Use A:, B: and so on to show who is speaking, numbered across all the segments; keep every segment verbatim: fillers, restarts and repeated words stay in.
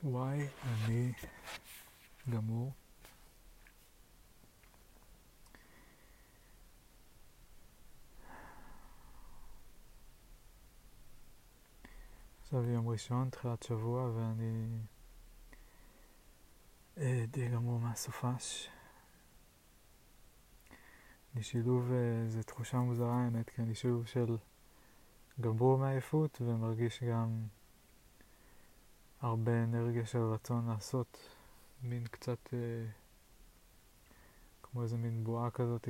A: וואי, אני גמור. עכשיו יום ראשון, תחילת שבוע, ואני אה, די גמור מהסופש. אני שילוב, אה, זו תחושה מוזרה האמת, כי אני שילוב של גמור מעייפות ומרגיש גם הרבה אנרגיה של רצון לעשות, מין קצת אה, כמו איזה מין בועה כזאת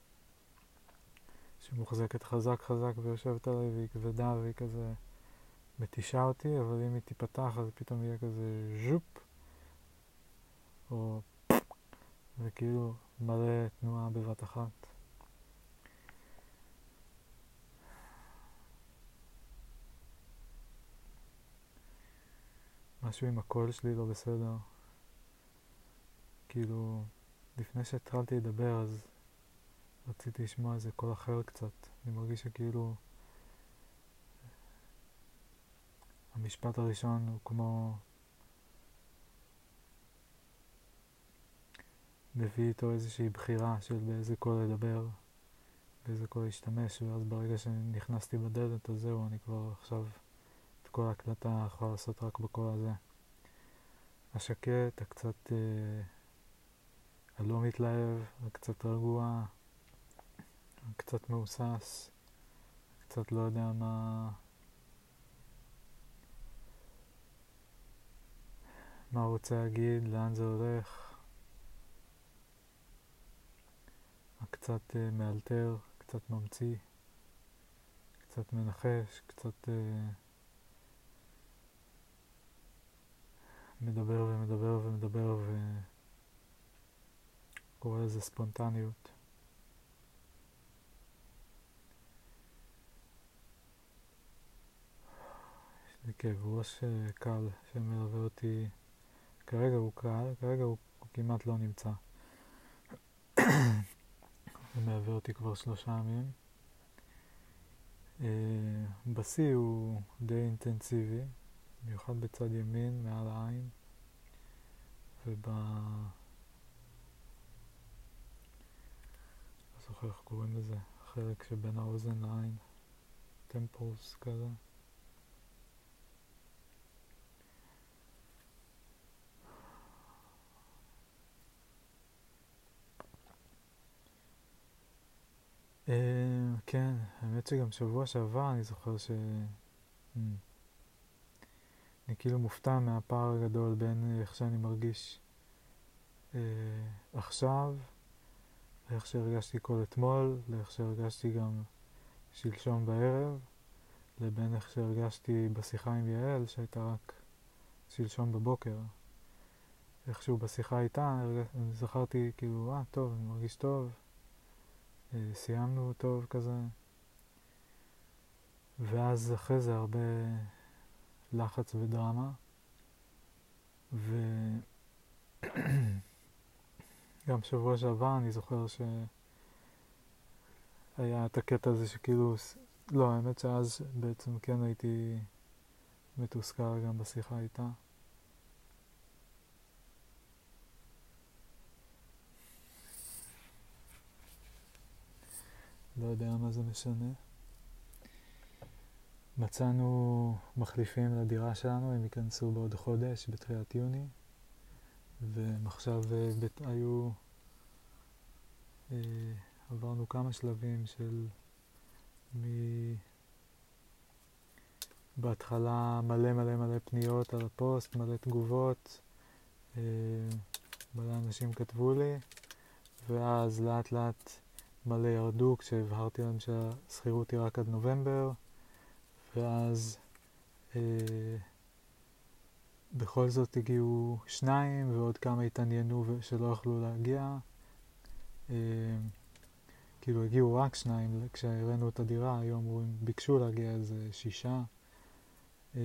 A: שמוחזקת חזק חזק ויושבת עליי והיא כבדה והיא כזה מתישה אותי, אבל אם היא תיפתח אז פתאום יהיה כזה ז'ופ, או וכאילו מלא תנועה בבת אחת. משהו עם הקול שלי לא בסדר. כאילו, לפני שהתחלתי לדבר אז רציתי לשמוע איזה קול אחר קצת. אני מרגיש שכאילו המשפט הראשון הוא כמו מביא איתו איזושהי בחירה של באיזה קול לדבר, באיזה קול להשתמש, ואז ברגע שנכנסתי בדלת אז זהו, אני כבר עכשיו את כל ההקלטה יכולה לעשות רק בקול הזה. השקט, הקצת אה, הלא מתלהב, הקצת רגוע, קצת מאוסס, קצת לא יודע מה מה הוא רוצה להגיד, לאן זה הולך, קצת uh, מאלתר, קצת ממציא, קצת מנחש, קצת uh, מדבר ומדבר ומדבר וקורא לזה ספונטניות. יש לי כאב ראש uh, קל שמלווה אותי, כרגע הוא קל, כרגע הוא, הוא כמעט לא נמצא. הוא מלווה אותי כבר שלושה ימים. Uh, בשיא הוא די אינטנסיבי, במיוחד בצד ימין, מעל העין, וב... לא זוכר איך קוראים לזה, החלק שבין האוזן לעין, טמפולס כזה. Uh, כן, האמת שגם שבוע שעבר אני זוכר ש... Mm. אני כאילו מופתע מהפער הגדול בין איך שאני מרגיש uh, עכשיו, לאיך שהרגשתי כל אתמול, לאיך שהרגשתי גם שלשום בערב, לבין איך שהרגשתי בשיחה עם יעל שהייתה רק שלשום בבוקר. איכשהו בשיחה איתה הרגש... אני זכרתי כאילו, אה, טוב, אני מרגיש טוב, uh, סיימנו טוב כזה, ואז אחרי זה הרבה לחץ ודרמה, וגם שבוע שעבר אני זוכר שהיה את הקטע הזה שכאילו, לא, האמת שאז בעצם כן הייתי מתוסכל גם בשיחה איתה. לא יודע מה זה משנה. מצאנו מחליפים לדירה שלנו, הם ייכנסו בעוד חודש, בתחילת יוני, והם עכשיו בית, היו, אה, עברנו כמה שלבים של מ... בהתחלה מלא מלא מלא פניות על הפוסט, מלא תגובות, אה, מלא אנשים כתבו לי, ואז לאט לאט מלא ירדו כשהבהרתי להם שהשכירות היא רק עד נובמבר, ואז אה, בכל זאת הגיעו שניים ועוד כמה התעניינו שלא יכלו להגיע. אה, כאילו הגיעו רק שניים כשהראינו את הדירה, היום הם ביקשו להגיע איזה שישה. אה,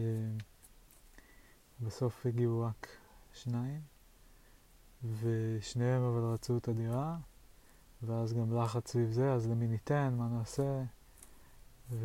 A: בסוף הגיעו רק שניים, ושניהם אבל רצו את הדירה, ואז גם לחץ סביב זה, אז למי ניתן, מה נעשה, ו...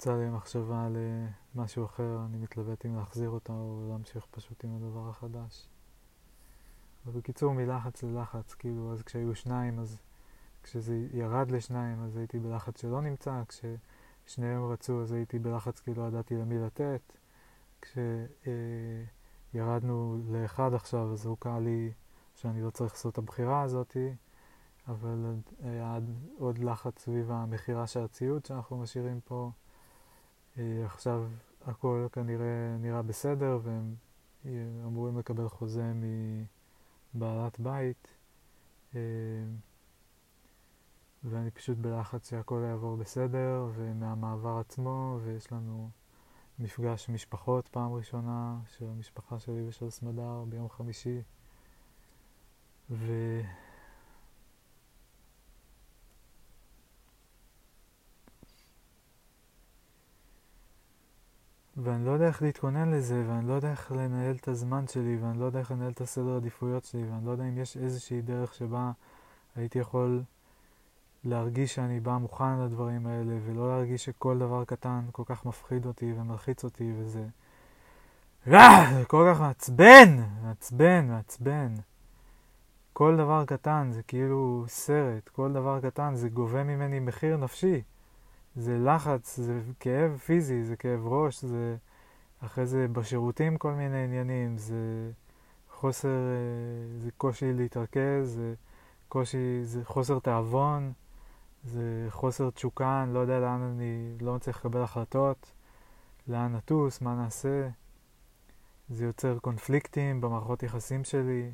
A: קפצה לי מחשבה למשהו אחר, אני מתלבט אם להחזיר אותה או להמשיך פשוט עם הדבר החדש. אבל בקיצור, מלחץ ללחץ, כאילו, אז כשהיו שניים, אז כשזה ירד לשניים, אז הייתי בלחץ שלא נמצא, כששניהם רצו, אז הייתי בלחץ כאילו ידעתי למי לתת. כשירדנו לאחד עכשיו, אז הוא קרא לי שאני לא צריך לעשות את הבחירה הזאת, אבל היה עוד לחץ סביב המחירה של הציוד שאנחנו משאירים פה. עכשיו הכל כנראה נראה בסדר, והם אמורים לקבל חוזה מבעלת בית, ואני פשוט בלחץ שהכל יעבור בסדר, ומהמעבר עצמו, ויש לנו מפגש משפחות פעם ראשונה של המשפחה שלי ושל סמדר ביום חמישי, ו... ואני לא יודע איך להתכונן לזה, ואני לא יודע איך לנהל את הזמן שלי, ואני לא יודע איך לנהל את הסדר עדיפויות שלי, ואני לא יודע אם יש איזושהי דרך שבה הייתי יכול להרגיש שאני בא מוכן לדברים האלה, ולא להרגיש שכל דבר קטן כל כך מפחיד אותי ומלחיץ אותי, וזה זה כל כך מעצבן, מעצבן, מעצבן. כל דבר קטן זה כאילו סרט, כל דבר קטן זה גובה ממני מחיר נפשי. זה לחץ, זה כאב פיזי, זה כאב ראש, זה אחרי זה בשירותים כל מיני עניינים, זה חוסר, זה קושי להתרכז, זה קושי, זה חוסר תאבון, זה חוסר תשוקה, אני לא יודע לאן אני לא מצליח לקבל החלטות, לאן נטוס, מה נעשה. זה יוצר קונפליקטים במערכות יחסים שלי.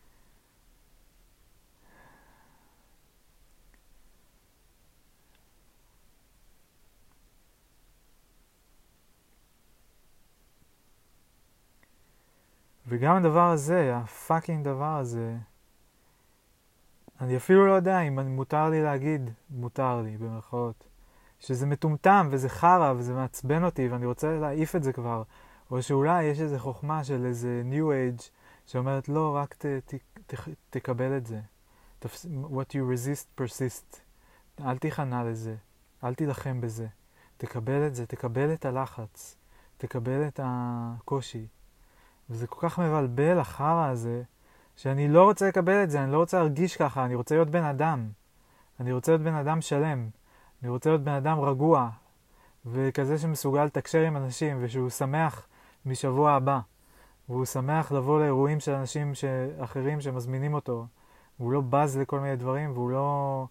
A: וגם הדבר הזה, הפאקינג דבר הזה, אני אפילו לא יודע אם מותר לי להגיד, מותר לי במרכאות, שזה מטומטם וזה חרא וזה מעצבן אותי ואני רוצה להעיף את זה כבר, או שאולי יש איזו חוכמה של איזה New Age שאומרת לא, רק ת, ת, ת, תקבל את זה. What you resist persist. אל תיכנע לזה, אל תילחם בזה. תקבל את זה, תקבל את הלחץ, תקבל את הקושי. וזה כל כך מבלבל החרא הזה, שאני לא רוצה לקבל את זה, אני לא רוצה להרגיש ככה, אני רוצה להיות בן אדם. אני רוצה להיות בן אדם שלם. אני רוצה להיות בן אדם רגוע, וכזה שמסוגל לתקשר עם אנשים, ושהוא שמח משבוע הבא. והוא שמח לבוא לאירועים של אנשים אחרים שמזמינים אותו. והוא לא בז לכל מיני דברים, והוא לא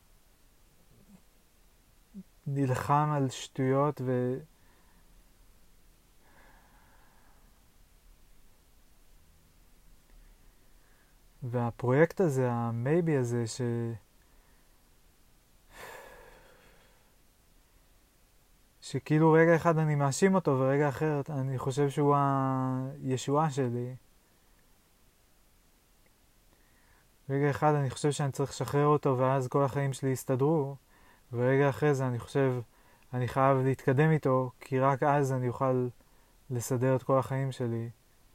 A: נלחם על שטויות ו... והפרויקט הזה, המייבי הזה, ש... שכאילו רגע אחד אני מאשים אותו, ורגע אחר אני חושב שהוא הישועה שלי. רגע אחד אני חושב שאני צריך לשחרר אותו, ואז כל החיים שלי יסתדרו, ורגע אחרי זה אני חושב, אני חייב להתקדם איתו, כי רק אז אני אוכל לסדר את כל החיים שלי.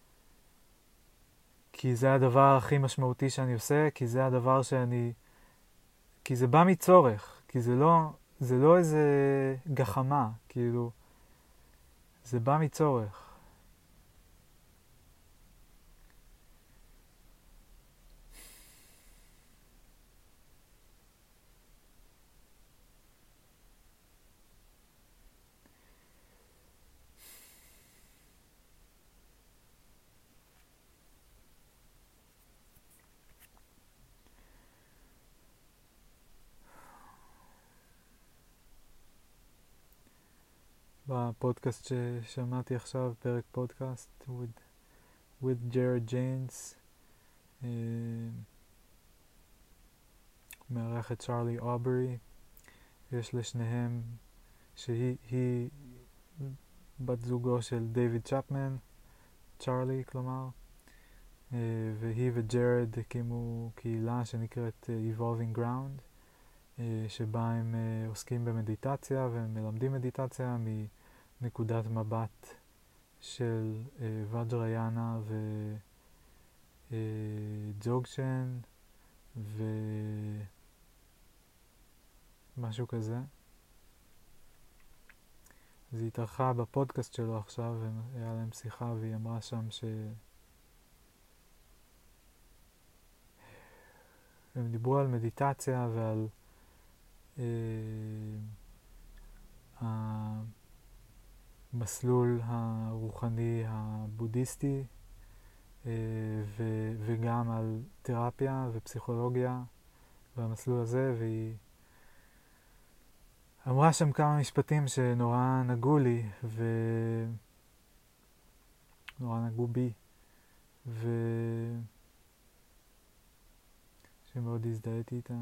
A: כי זה הדבר הכי משמעותי שאני עושה, כי זה הדבר שאני... כי זה בא מצורך, כי זה לא, זה לא איזה גחמה, כאילו, זה בא מצורך. בפודקאסט ששמעתי עכשיו, פרק פודקאסט with, with Jared James, אה, מארח את צ'רלי אוברי. יש לשניהם, שהיא היא בת זוגו של דיוויד צ'פמן, צ'רלי כלומר, אה, והיא וג'רד הקימו קהילה שנקראת Evolving Ground, אה, שבה הם אה, עוסקים במדיטציה והם מלמדים מדיטציה מנקודת מבט של אה, וג'ריאנה וג'וגשן ומשהו כזה. אז היא התארחה בפודקאסט שלו עכשיו, והיה להם שיחה, והיא אמרה שם ש... הם דיברו על מדיטציה ועל אה, המסלול הרוחני הבודהיסטי, אה, ו- וגם על תרפיה ופסיכולוגיה והמסלול הזה, והיא אמרה שם כמה משפטים שנורא נגעו לי ונורא נגעו בי, ושמאוד הזדהיתי איתם.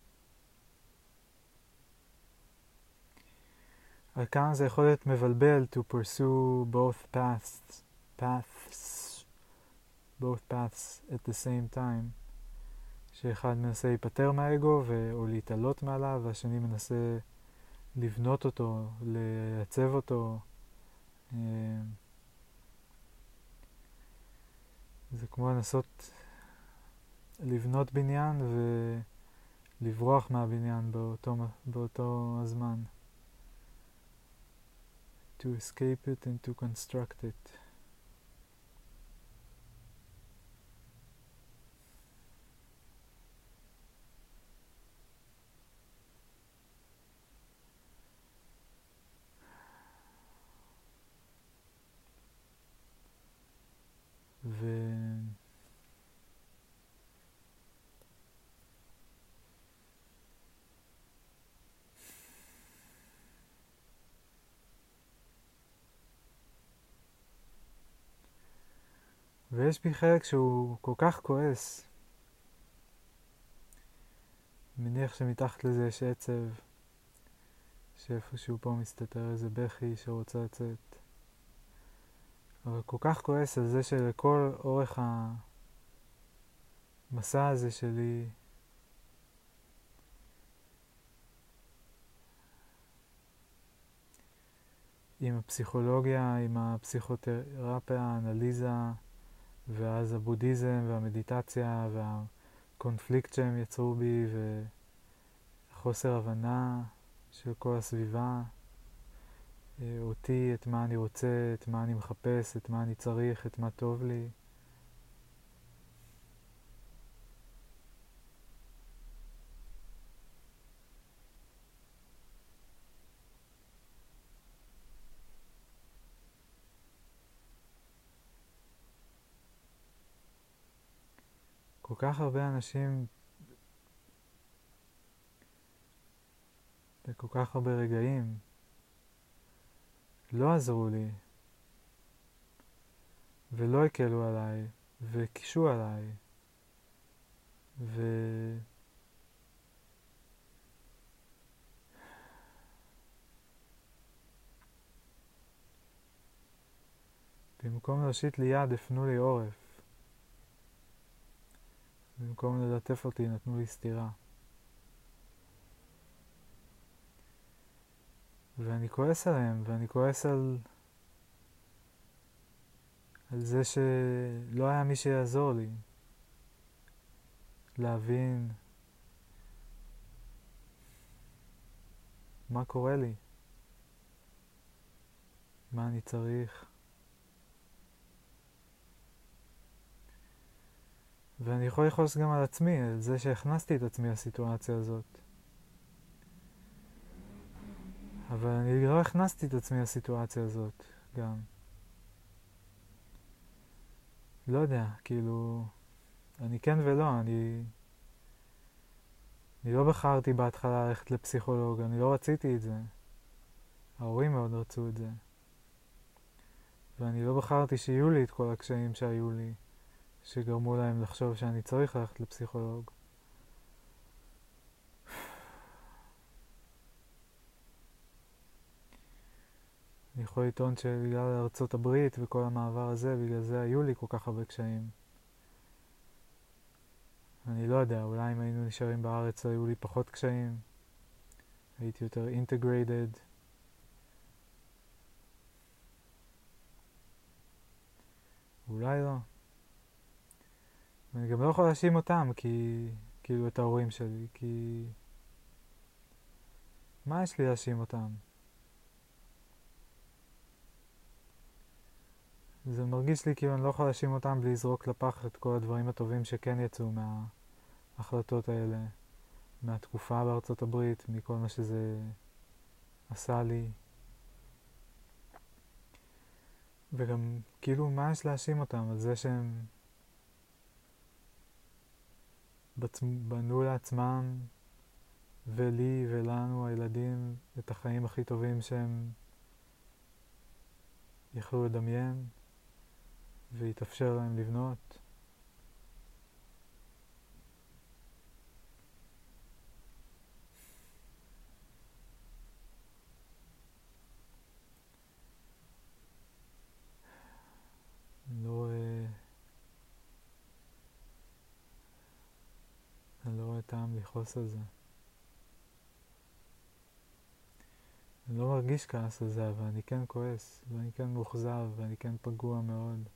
A: על כמה זה יכול להיות מבלבל to pursue both paths, paths, both paths at the same time. שאחד מנסה להיפטר מהאגו ו- או להתעלות מעליו, והשני מנסה לבנות אותו, לייצב אותו. זה כמו לנסות לבנות בניין ולברוח מהבניין באותו, באותו הזמן. To escape it and to construct it. ו... ויש בי חלק שהוא כל כך כועס. מניח שמתחת לזה יש עצב, שאיפשהו פה מסתתר איזה בכי שרוצה לצאת. אבל כל כך כועס על זה שלכל אורך המסע הזה שלי עם הפסיכולוגיה, עם הפסיכותרפיה, האנליזה, ואז הבודהיזם והמדיטציה והקונפליקט שהם יצרו בי וחוסר הבנה של כל הסביבה, אותי, את מה אני רוצה, את מה אני מחפש, את מה אני צריך, את מה טוב לי. כל כך הרבה אנשים בכל כך הרבה רגעים לא עזרו לי ולא הקלו עליי וקישו עליי ו... במקום להושיט לי יד הפנו לי עורף, במקום ללטף אותי נתנו לי סתירה. ואני כועס עליהם, ואני כועס על על זה שלא היה מי שיעזור לי להבין מה קורה לי, מה אני צריך. ואני יכול לכעוס גם על עצמי, על זה שהכנסתי את עצמי לסיטואציה הזאת. אבל אני לא הכנסתי את עצמי לסיטואציה הזאת גם. לא יודע, כאילו, אני כן ולא, אני, אני לא בחרתי בהתחלה ללכת לפסיכולוג, אני לא רציתי את זה. ההורים מאוד רצו את זה. ואני לא בחרתי שיהיו לי את כל הקשיים שהיו לי, שגרמו להם לחשוב שאני צריך ללכת לפסיכולוג. אני יכול לטעון שבגלל ארצות הברית וכל המעבר הזה, בגלל זה היו לי כל כך הרבה קשיים. אני לא יודע, אולי אם היינו נשארים בארץ היו לי פחות קשיים. הייתי יותר integrated. אולי לא. ואני גם לא יכול להאשים אותם, כי... כאילו את ההורים שלי, כי... מה יש לי להאשים אותם? זה מרגיש לי כאילו אני לא יכול להאשים אותם בלי לזרוק לפח את כל הדברים הטובים שכן יצאו מההחלטות האלה, מהתקופה בארצות הברית, מכל מה שזה עשה לי. וגם כאילו מה יש להאשים אותם? על זה שהם בנו לעצמם ולי ולנו הילדים את החיים הכי טובים שהם יכלו לדמיין והתאפשר להם לבנות. אני לא רואה, אני לא רואה טעם לכעוס על זה. אני לא מרגיש כעס על זה, אבל אני כן כועס, ואני כן מאוכזב, ואני כן פגוע מאוד.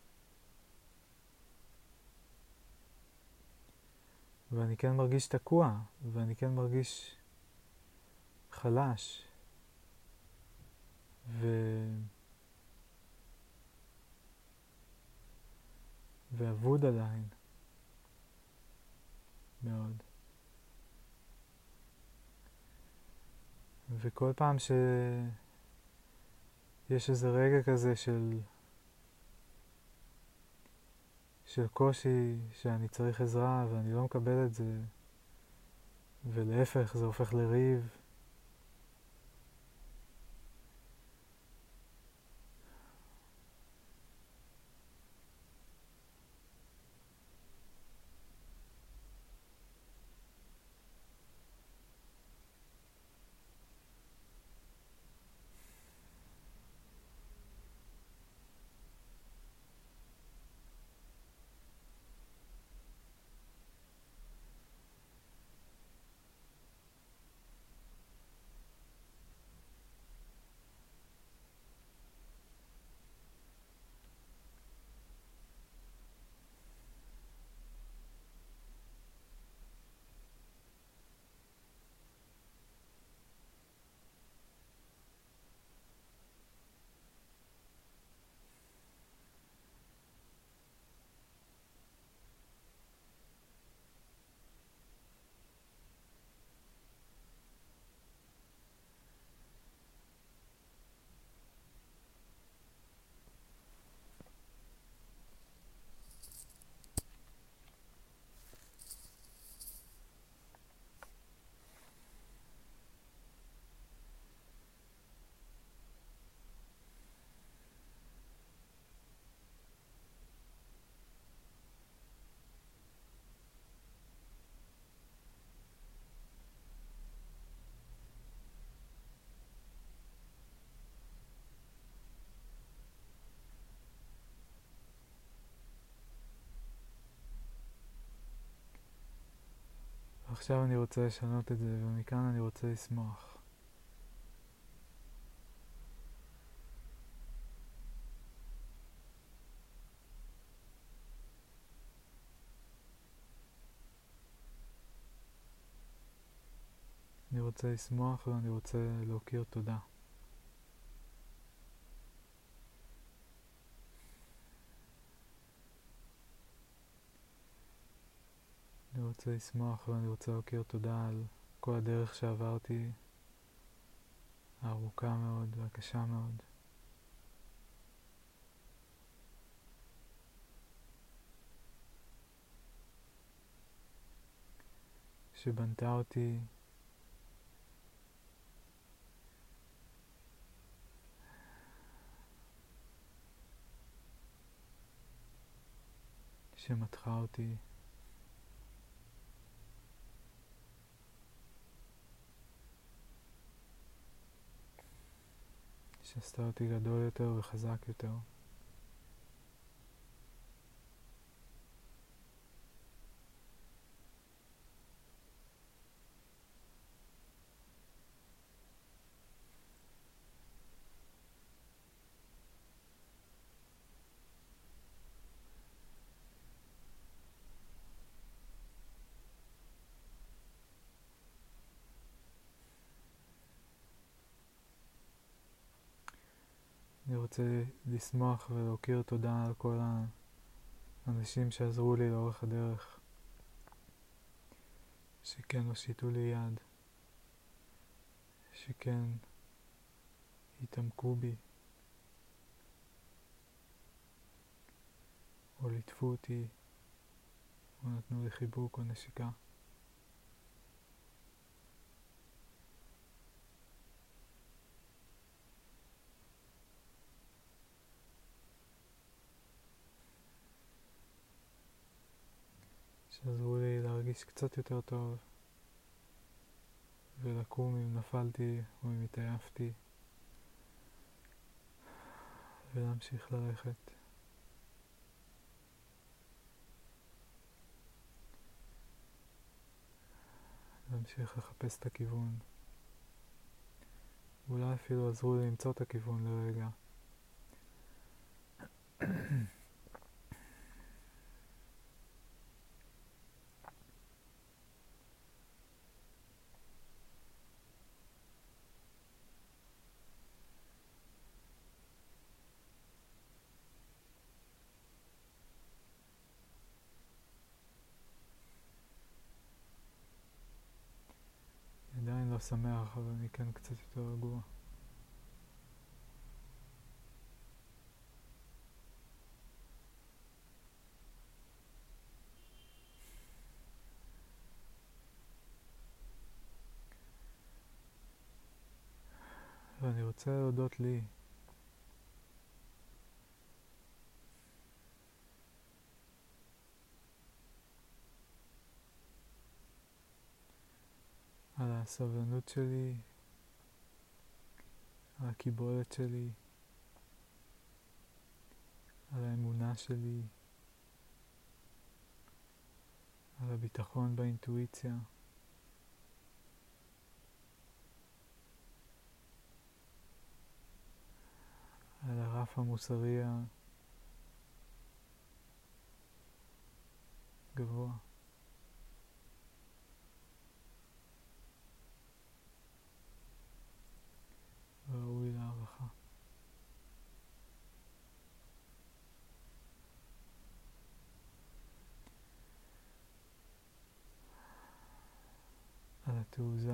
A: ואני כן מרגיש תקוע, ואני כן מרגיש חלש. ו... ואבוד עדיין. מאוד. וכל פעם שיש איזה רגע כזה של של קושי, שאני צריך עזרה ואני לא מקבל את זה, ולהפך זה הופך לריב, ועכשיו אני רוצה לשנות את זה, ומכאן אני רוצה לשמוח. אני רוצה לשמוח ואני רוצה להוקיר תודה. אני רוצה לשמוח ואני רוצה להוקיר תודה על כל הדרך שעברתי, הארוכה מאוד והקשה מאוד. שבנתה אותי שמתחה אותי, שעשתה אותי גדול יותר וחזק יותר. אני רוצה לשמוח ולהוקיר תודה על כל האנשים שעזרו לי לאורך הדרך, שכן הושיטו לי יד, שכן התעמקו בי, או ליטפו אותי, או נתנו לי חיבוק או נשיקה. שעזרו לי להרגיש קצת יותר טוב ולקום אם נפלתי או אם התעייפתי ולהמשיך ללכת. להמשיך לחפש את הכיוון. אולי אפילו עזרו לי למצוא את הכיוון לרגע. עדיין לא שמח, אבל אני כן קצת יותר רגוע. ואני רוצה להודות לי. על הסבלנות שלי, על הקיבולת שלי, על האמונה שלי, על הביטחון באינטואיציה, על הרף המוסרי הגבוה. וראוי להערכה. על התעוזה,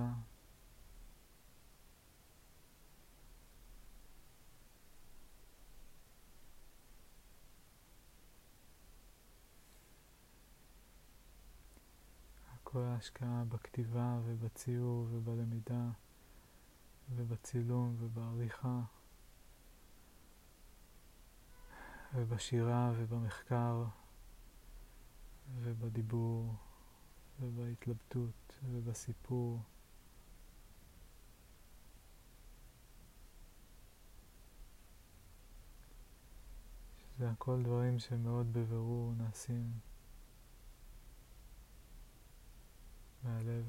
A: כל ההשקעה בכתיבה ובציור ובלמידה ובצילום ובעריכה ובשירה ובמחקר ובדיבור ובהתלבטות ובסיפור. שזה הכל דברים שמאוד בבירור נעשים מהלב.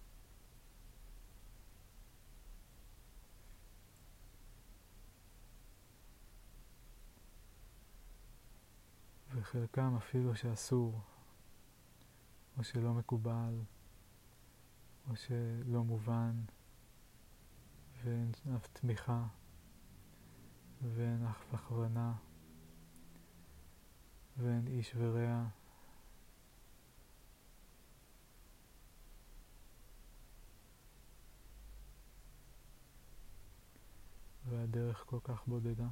A: וחלקם אפילו שאסור, או שלא מקובל, או שלא מובן, ואין אף תמיכה, ואין אף הכוונה, ואין איש ורע. והדרך כל כך בודדה.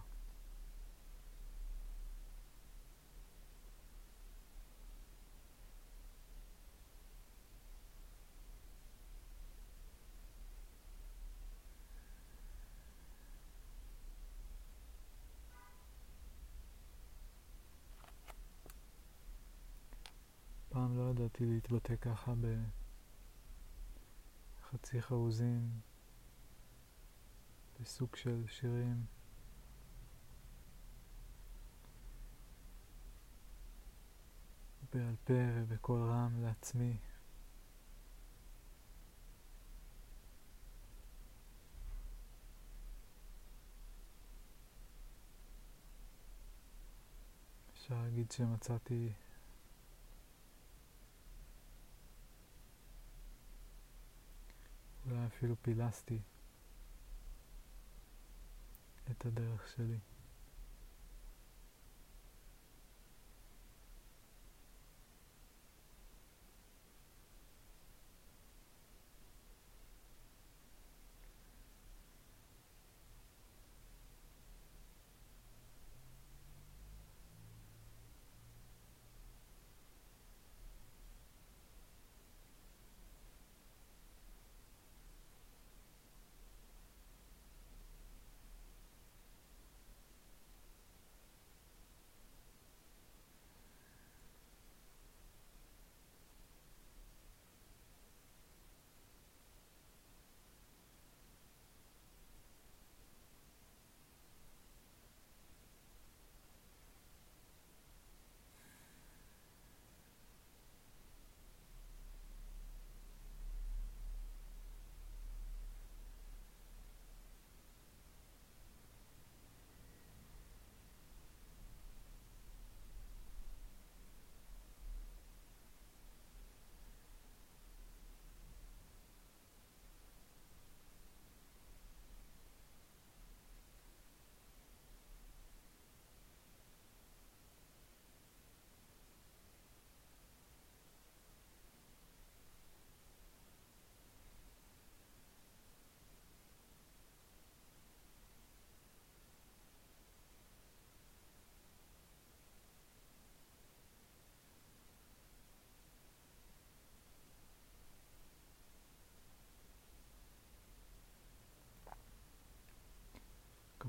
A: פעם לא ידעתי להתבטא ככה בחצי חרוזים, בסוג של שירים. בעל פה ובקול רם לעצמי. אפשר להגיד שמצאתי אולי אפילו פילסתי את הדרך שלי.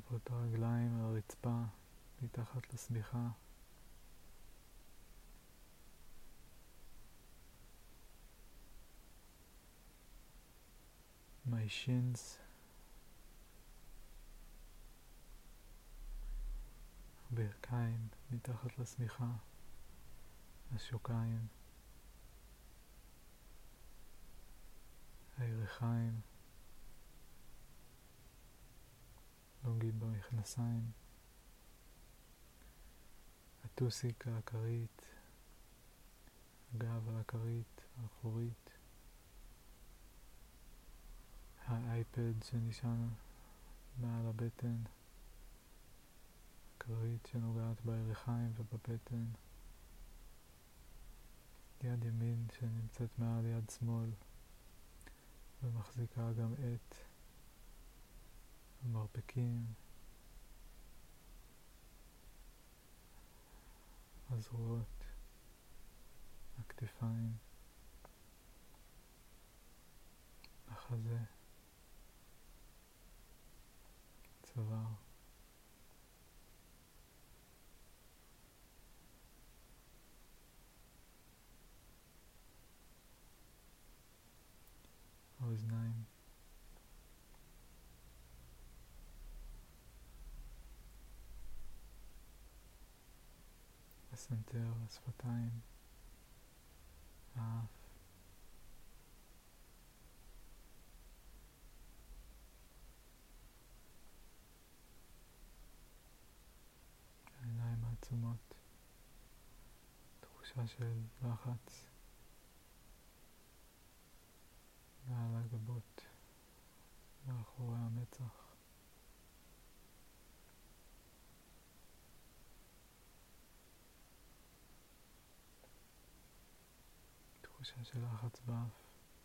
A: כפות הרגליים על הרצפה, מתחת לשמיכה. My shins. הברכיים מתחת לשמיכה. השוקיים. הירכיים. נוגעים במכנסיים. הטוסיק על הכרית. הגב על הכרית האחורית. האייפד שנשען מעל הבטן. הכרית שנוגעת בירכיים ובבטן. יד ימין שנמצאת מעל יד שמאל ומחזיקה גם את המרפקים, הזרועות, הכתפיים, החזה, צוואר. האוזניים. הסנטר, השפתיים, האף. העיניים העצומות. תחושה של לחץ מעל הגבות, מאחורי המצח. תחושה של לחץ באף.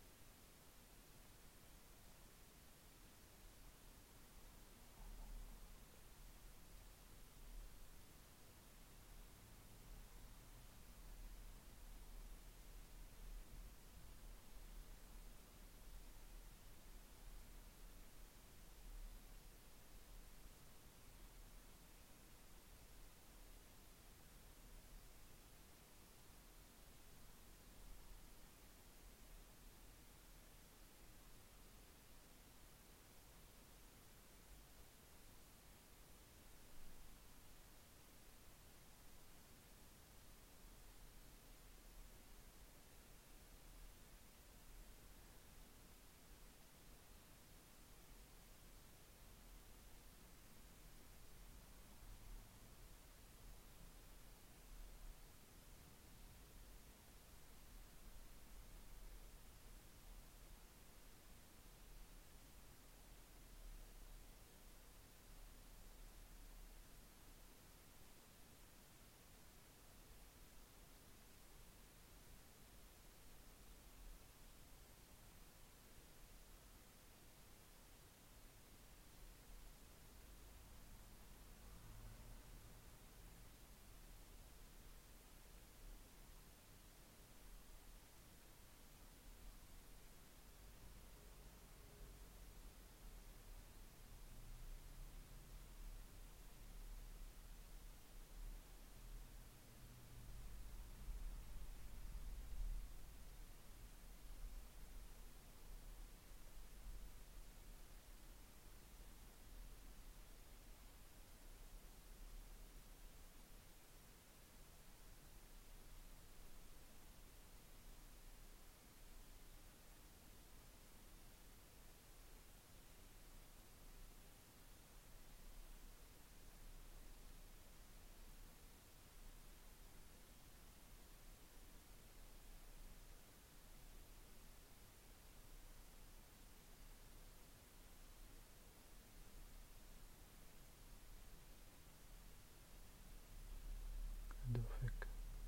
A: הדופק.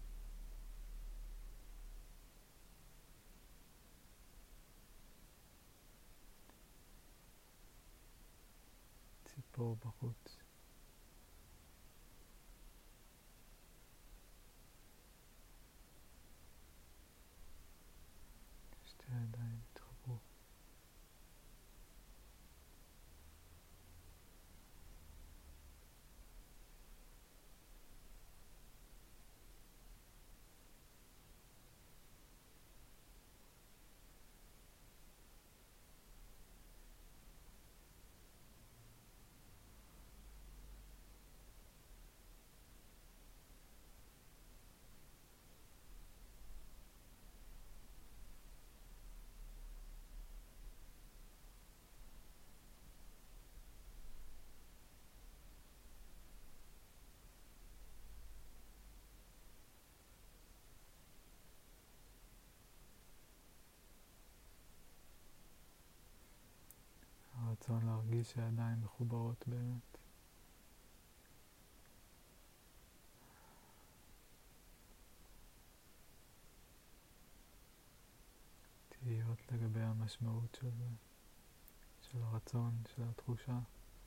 A: ציפור בחוץ. שתי הידיים התחברו. רצון להרגיש שהידיים מחוברות באמת. תהיות לגבי המשמעות של זה, של הרצון, של התחושה.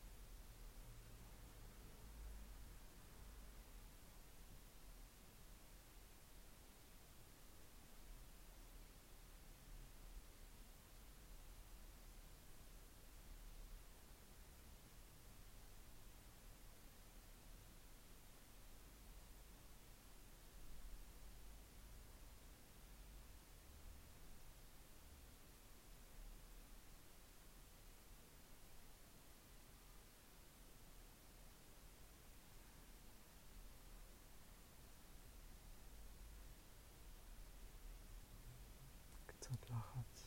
A: קצת לחץ.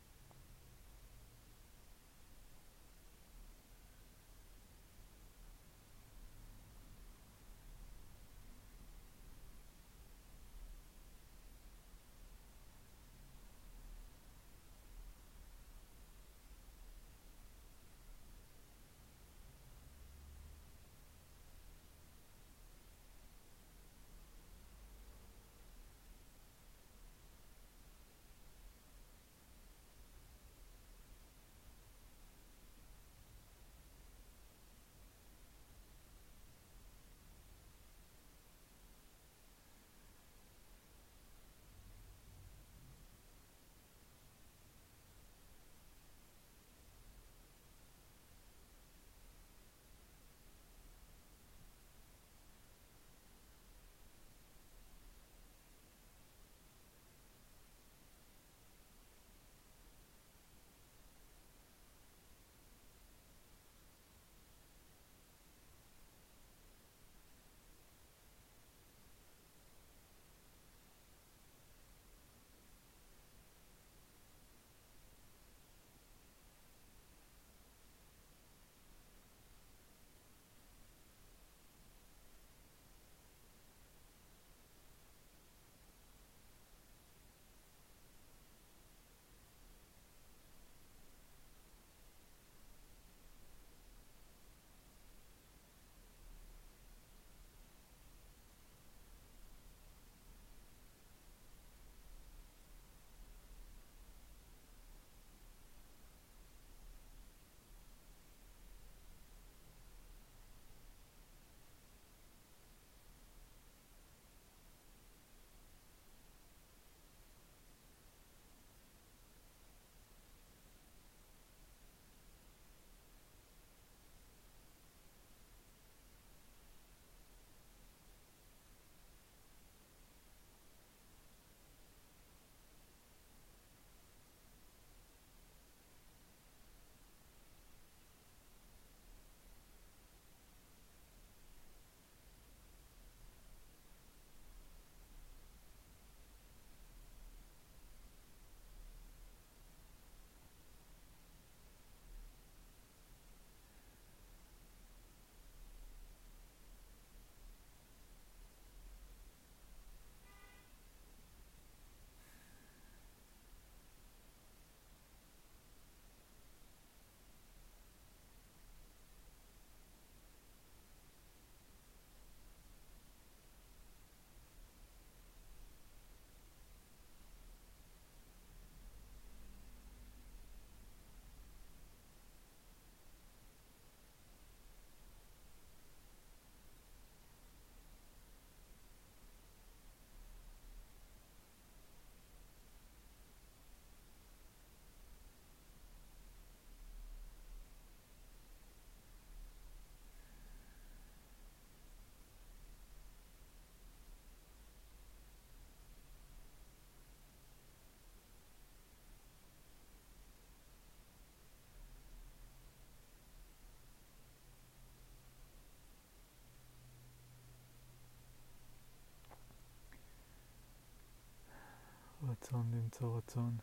A: רצון למצוא רצון,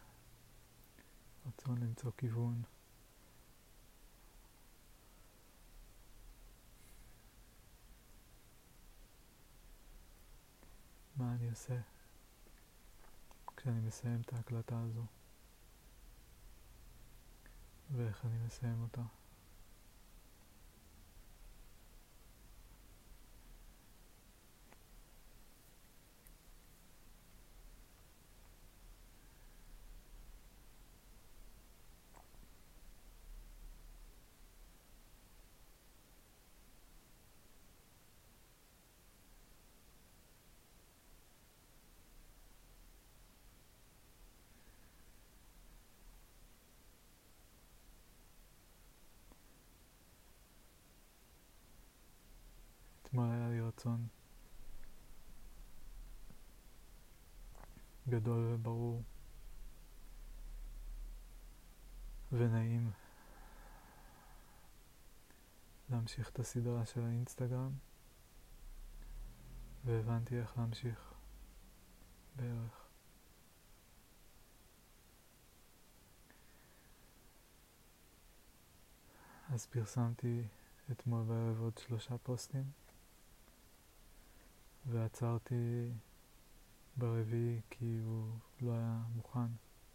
A: רצון למצוא כיוון. מה אני עושה כשאני מסיים את ההקלטה הזו, ואיך אני מסיים אותה. רצון גדול וברור ונעים להמשיך את הסדרה של האינסטגרם, והבנתי איך להמשיך בערך. אז פרסמתי אתמול בערב עוד שלושה פוסטים, ועצרתי ברביעי כי הוא לא היה מוכן,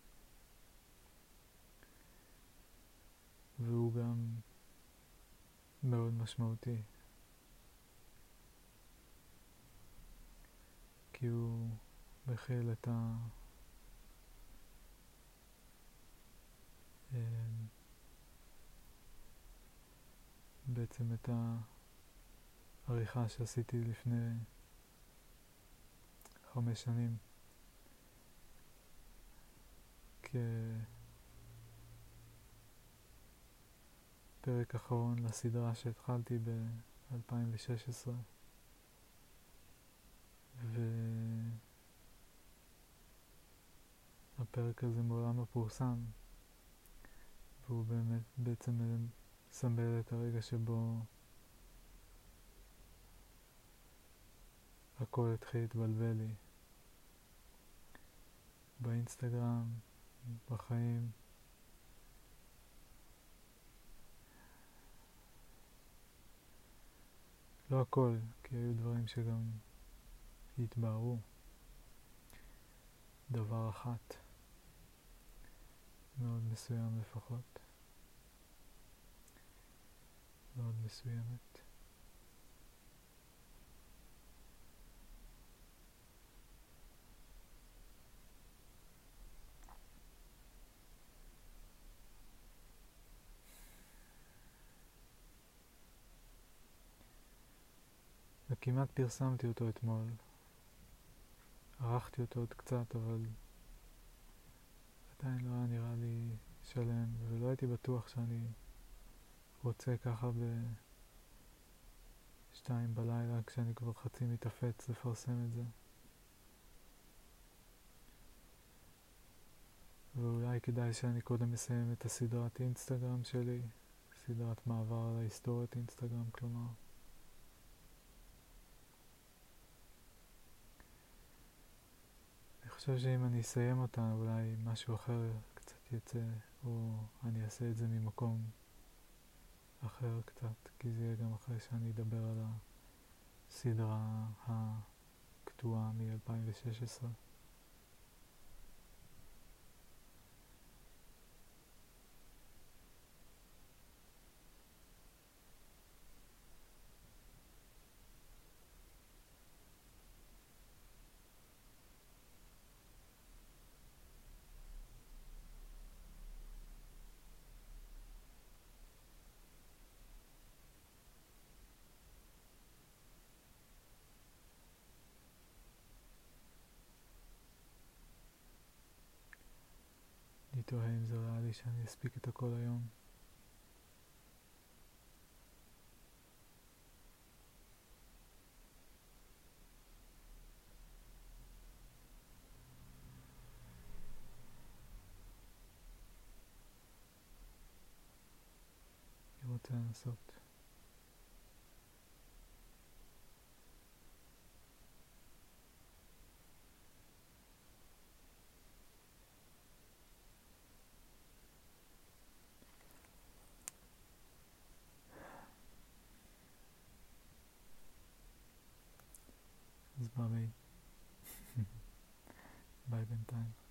A: והוא גם מאוד משמעותי, כי הוא מכיל את ה... בעצם את העריכה שעשיתי לפני חמש שנים כפרק אחרון לסדרה שהתחלתי ב-אלפיים ושש עשרה, והפרק הזה מעולם לא פורסם, והוא באמת בעצם מסמל את הרגע שבו הכל התחיל להתבלבל לי באינסטגרם, בחיים. לא הכל, כי היו דברים שגם התבהרו. דבר אחת מאוד מסוים לפחות, מאוד מסוימת. וכמעט פרסמתי אותו אתמול, ערכתי אותו עוד קצת, אבל עדיין לא היה נראה לי שלם, ולא הייתי בטוח שאני רוצה ככה בשתיים בלילה, כשאני כבר חצי מתאפץ לפרסם את זה. ואולי כדאי שאני קודם מסיים את הסדרת אינסטגרם שלי, סדרת מעבר על ההיסטוריית אינסטגרם, כלומר. אני חושב שאם אני אסיים אותה, אולי משהו אחר קצת יצא, או אני אעשה את זה ממקום אחר קצת, כי זה יהיה גם אחרי שאני אדבר על הסדרה הקטועה מ-אלפיים ושש עשרה. אני תוהה אם זה ריאלי שאני אספיק את הכל היום. אני רוצה לנסות. אז ביי ביי בינתיים.